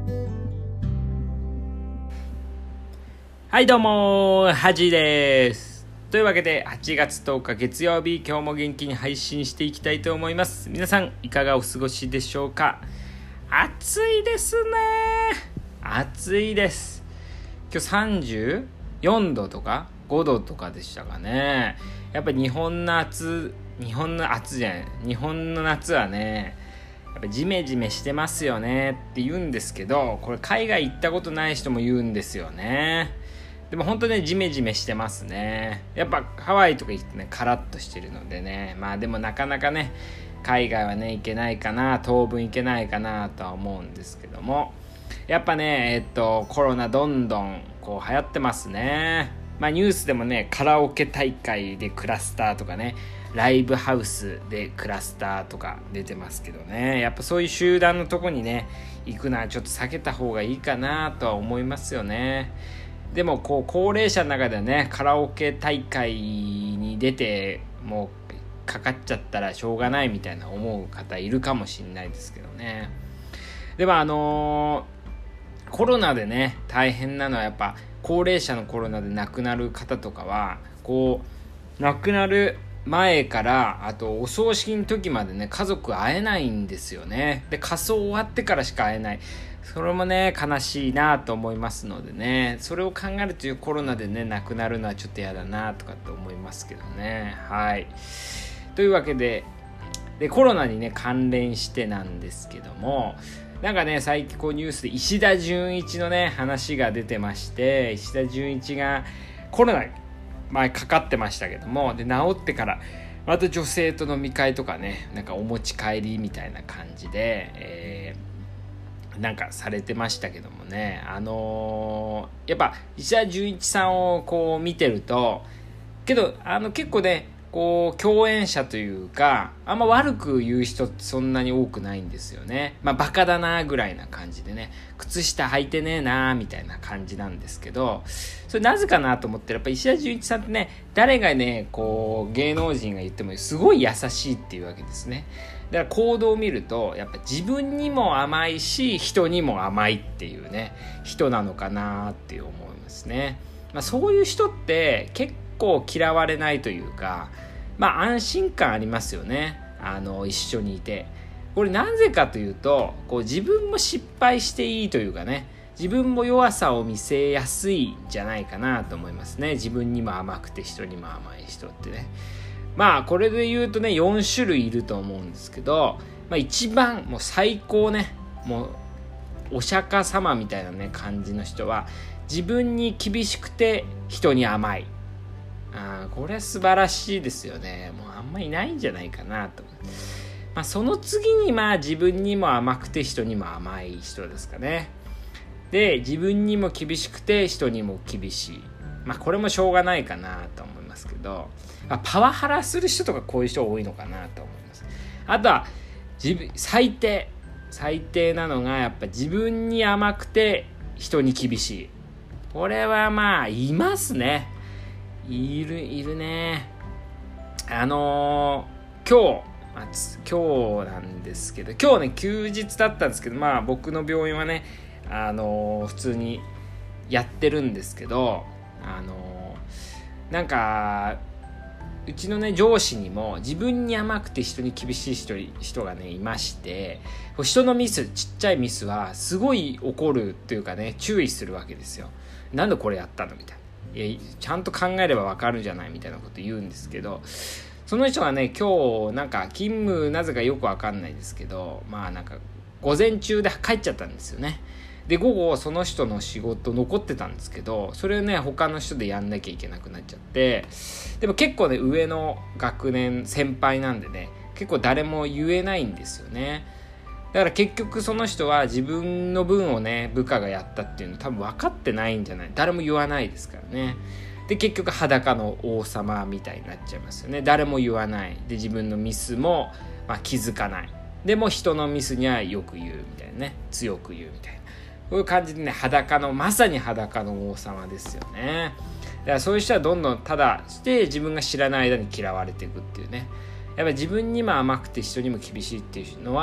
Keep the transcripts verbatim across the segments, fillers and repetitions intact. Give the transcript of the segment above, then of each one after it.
はいどうもはじです。というわけではちがつとおか月曜日、今日も元気に配信していきたいと思います。皆さんいかがお過ごしでしょうか。暑いですね。暑いです。今日さんじゅうよんどとかごどとかでしたかね。やっぱり日本の夏日本の夏じゃない日本の夏はね、やっぱジメジメしてますよねって言うんですけど、これ海外行ったことない人も言うんですよね。でも本当ね、ジメジメしてますね。やっぱハワイとか行ってね、カラッとしてるのでね、まあでもなかなかね、海外はね行けないかな、当分行けないかなとは思うんですけども、やっぱね、えっとコロナどんどんこう流行ってますね。まあニュースでもね、カラオケ大会でクラスターとかね、ライブハウスでクラスターとか出てますけどね、やっぱそういう集団のとこにね行くのはちょっと避けた方がいいかなとは思いますよね。でもこう高齢者の中ではね、カラオケ大会に出てもうかかっちゃったらしょうがないみたいな思う方いるかもしれないですけどね。でもあのー、コロナでね大変なのはやっぱ高齢者のコロナで亡くなる方とかは、こう亡くなる前からあとお葬式の時までね、家族会えないんですよね。で火葬終わってからしか会えない。それもね悲しいなと思いますのでね、それを考えるとコロナでね亡くなるのはちょっとやだなとかって思いますけどね。はい、というわけででコロナにね関連してなんですけども、なんかね最近こうニュースで石田純一のね話が出てまして、石田純一がコロナに前かかってましたけども、で治ってからまた女性と飲み会とかね、なんかお持ち帰りみたいな感じで、えー、なんかされてましたけどもね、あのー、やっぱ石田純一さんをこう見てると、けどあの結構ねこう共演者というか、あんま悪く言う人ってそんなに多くないんですよね。まあバカだなぐらいな感じでね、靴下履いてねえなみたいな感じなんですけど、それなぜかなと思ってやっぱ石田純一さんってね、誰がねこう芸能人が言ってもすごい優しいっていうわけですね。だから行動を見るとやっぱ自分にも甘いし人にも甘いっていうね人なのかなって思いますね。まあそういう人って結構結構嫌われないというか、まあ安心感ありますよね。あの一緒にいて、これなぜかというと、こう自分も失敗していいというかね、自分も弱さを見せやすいんじゃないかなと思いますね。自分にも甘くて人にも甘い人ってね。まあこれで言うとねよんしゅるいいると思うんですけど、まあ一番もう最高ね、もうお釈迦様みたいなね感じの人は、自分に厳しくて人に甘い。あ、これ素晴らしいですよね。もうあんまいないんじゃないかなと。まあその次にまあ自分にも甘くて人にも甘い人ですかね。で自分にも厳しくて人にも厳しい。まあこれもしょうがないかなと思いますけど、まあ、パワハラする人とかこういう人多いのかなと思います。あとは自分最低最低なのがやっぱ自分に甘くて人に厳しい。これはまあいますね。いるいるね。あのー、今日今日なんですけど、今日ね休日だったんですけど、まあ僕の病院はね、あのー、普通にやってるんですけど、あのー、なんかうちのね上司にも自分に甘くて人に厳しい 人, 人がねいまして、人のミス、ちっちゃいミスはすごい怒るっていうかね、注意するわけですよ。なんでこれやったのみたいな。いやちゃんと考えれば分かるじゃないみたいなこと言うんですけど、その人がね今日なんか勤務なぜかよく分かんないですけど、まあなんか午前中で帰っちゃったんですよね。で午後その人の仕事残ってたんですけど、それをね他の人でやんなきゃいけなくなっちゃって、でも結構ね上の学年先輩なんでね、結構誰も言えないんですよね。だから結局その人は自分の分をね部下がやったっていうの多分分かってないんじゃない、誰も言わないですからね。で結局裸の王様みたいになっちゃいますよね。誰も言わないで、自分のミスも、まあ、気づかない。でも人のミスにはよく言うみたいなね、強く言うみたいな、こういう感じでね、裸のまさに裸の王様ですよね。だからそういう人はどんどんただして自分が知らない間に嫌われていくっていうね。やっぱり自分にも甘くて人にも厳しいっていうのは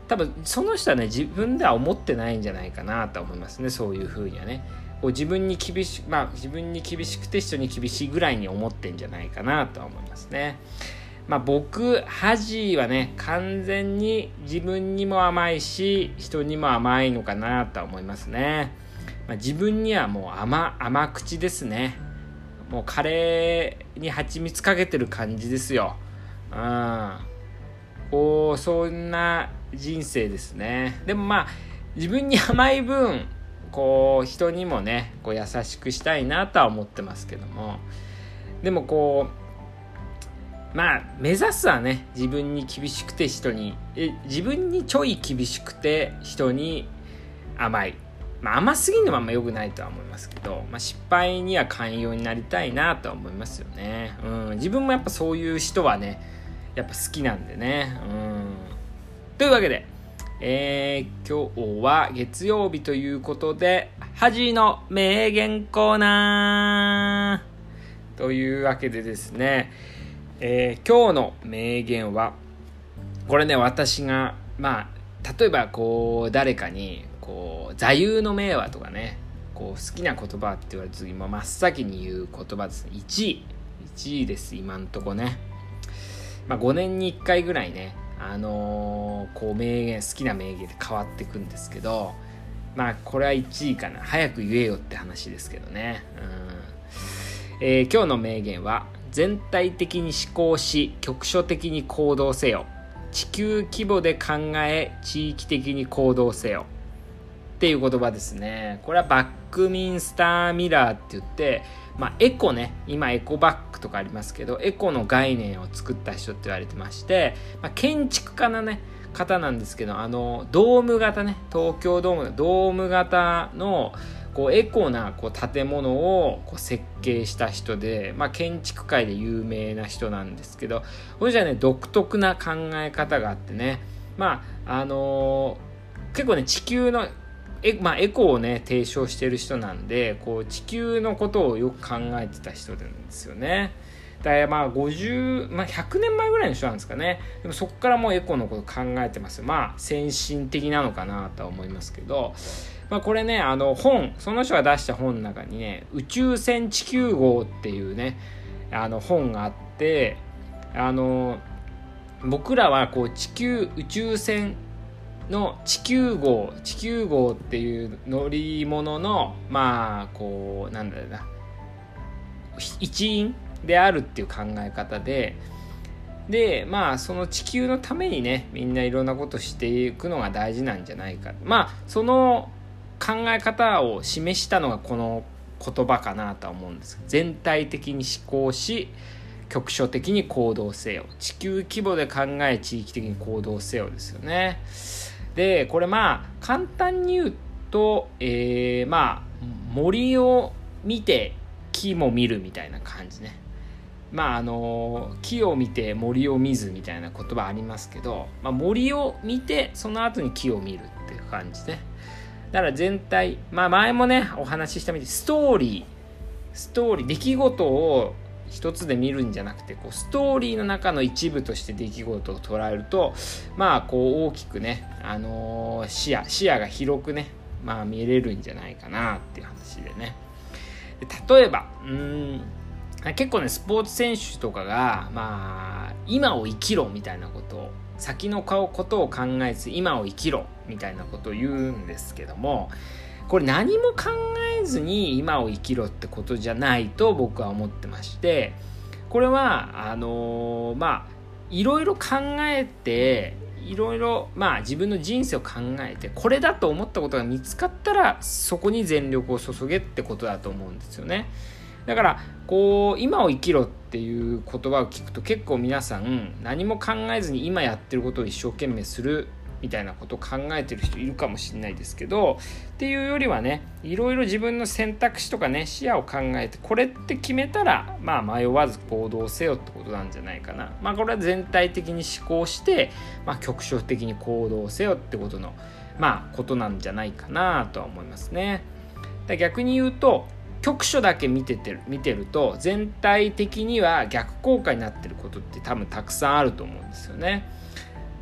多分その人はね自分では思ってないんじゃないかなと思いますね。そういう風にはねこう自分に厳しまあ自分に厳しくて人に厳しいぐらいに思ってんじゃないかなとは思いますね。まあ僕ハジはね完全に自分にも甘いし人にも甘いのかなとは思いますね。まあ、自分にはもう 甘, 甘口ですね。もうカレーに蜂蜜かけてる感じですよ。うんこうそんな人生ですね。でもまあ自分に甘い分こう人にもねこう優しくしたいなとは思ってますけども、でもこうまあ目指すはね自分に厳しくて人にえ自分にちょい厳しくて人に甘い、まあ、甘すぎるのはあんま良くないとは思いますけど、まあ、失敗には寛容になりたいなとは思いますよね。うん、自分もやっぱそういう人はねやっぱ好きなんでね。うんというわけで、えー、今日は月曜日ということでハジの名言コーナーというわけでですね、えー、今日の名言はこれね私がまあ例えばこう誰かにこう座右の銘はとかねこう好きな言葉って言われた時も真っ先に言う言葉ですね。いちいいちいです今んとこね。まあ、ごねんにいっかいぐらいね、あのー、こう名言好きな名言で変わっていくんですけど、まあこれはいちいかな、早く言えよって話ですけどね。うん、えー、今日の名言は全体的に思考し局所的に行動せよ、地球規模で考え地域的に行動せよっていう言葉ですね。これはバックミンスターミラーって言って、まあ、エコね今エコバッグとかありますけどエコの概念を作った人って言われてまして、まあ、建築家のね方なんですけど、あのドーム型ね東京ドームのドーム型のこうエコなこう建物をこう設計した人で、まあ、建築界で有名な人なんですけど、これじゃね独特な考え方があってね、まああのー、結構ね地球のえまあ、エコをね提唱している人なんでこう地球のことをよく考えてた人なんですよね。だからまあごじゅう、まあ、ひゃくねんまえぐらいの人なんですかね。でもそこからもうエコのこと考えてますよ。まあ先進的なのかなとは思いますけど、まあ、これねあの本その人が出した本の中にね宇宙船地球号っていうねあの本があって、あの僕らはこう地球宇宙船の地球号地球号っていう乗り物のまあこうなんだろうな一員であるっていう考え方ででまあその地球のためにねみんないろんなことしていくのが大事なんじゃないか、まあその考え方を示したのがこの言葉かなとは思うんです。全体的に思考し局所的に行動せよ、地球規模で考え地域的に行動せよですよね。でこれまあ簡単に言うと、えー、まあ森を見て木も見るみたいな感じね。まああの木を見て森を見ずみたいな言葉ありますけど、まあ、森を見てその後に木を見るっていう感じね。だから全体、まあ前もねお話ししたみたいにストーリーストーリー出来事を一つで見るんじゃなくてこうストーリーの中の一部として出来事を捉えるとまあこう大きくね、あのー、視野視野が広くねまあ見れるんじゃないかなっていう話でね。で例えばうーん結構ねスポーツ選手とかがまあ今を生きろみたいなことを先の顔ことを考えず今を生きろみたいなことを言うんですけども、これ何も考えずに今を生きろってことじゃないと僕は思ってまして、これはあのー、まあいろいろ考えていろいろまあ自分の人生を考えてこれだと思ったことが見つかったらそこに全力を注げってことだと思うんですよね。だからこう今を生きろっていう言葉を聞くと結構皆さん何も考えずに今やってることを一生懸命するみたいなことを考えてる人いるかもしれないですけど、っていうよりはねいろいろ自分の選択肢とかね視野を考えてこれって決めたらまあ迷わず行動せよってことなんじゃないかな。まあこれは全体的に思考してまあ局所的に行動せよってことのまあことなんじゃないかなとは思いますね。だ逆に言うと局所だけ見ててる見てると全体的には逆効果になってることって多分たくさんあると思うんですよね。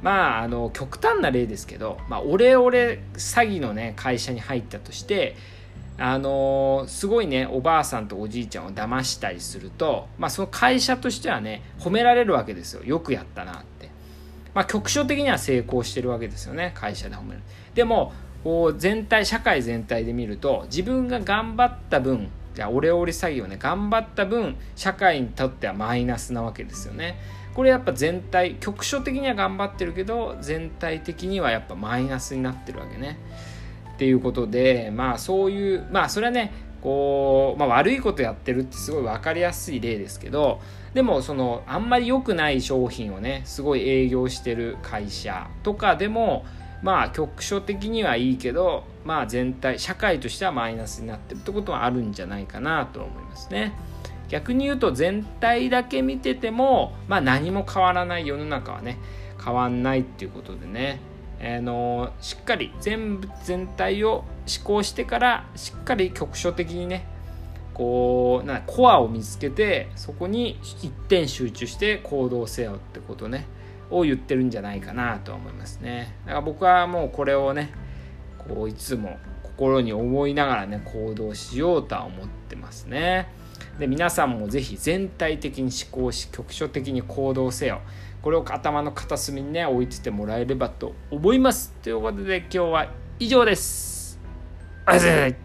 まああの極端な例ですけど、まあ、オレオレ詐欺のね会社に入ったとして、あのすごいねおばあさんとおじいちゃんを騙したりすると、まあ、その会社としてはね褒められるわけですよ。よくやったなって、まあ、局所的には成功してるわけですよね、会社で褒める。でもこう全体社会全体で見ると、自分が頑張った分、じゃあオレオレ詐欺をね頑張った分、社会にとってはマイナスなわけですよね。これやっぱ全体、局所的には頑張ってるけど全体的にはやっぱマイナスになってるわけねっていうことで、まあそういう、まあそれはねこう、まあ、悪いことやってるってすごい分かりやすい例ですけど、でもそのあんまり良くない商品をねすごい営業してる会社とかでも、まあ局所的にはいいけど、まあ全体社会としてはマイナスになってるってことはあるんじゃないかなと思いますね。逆に言うと全体だけ見てても、まあ、何も変わらない世の中はね変わんないっていうことでね、あのしっかり全部全体を思考してからしっかり局所的にねこうなコアを見つけて、そこに一点集中して行動せよってことねを言ってるんじゃないかなと思いますね。だから僕はもうこれをねこういつも心に思いながらね行動しようとは思ってますね。で皆さんもぜひ全体的に思考し局所的に行動せよ、これを頭の片隅にね置いててもらえればと思います。ということで今日は以上です。ありがとうございます。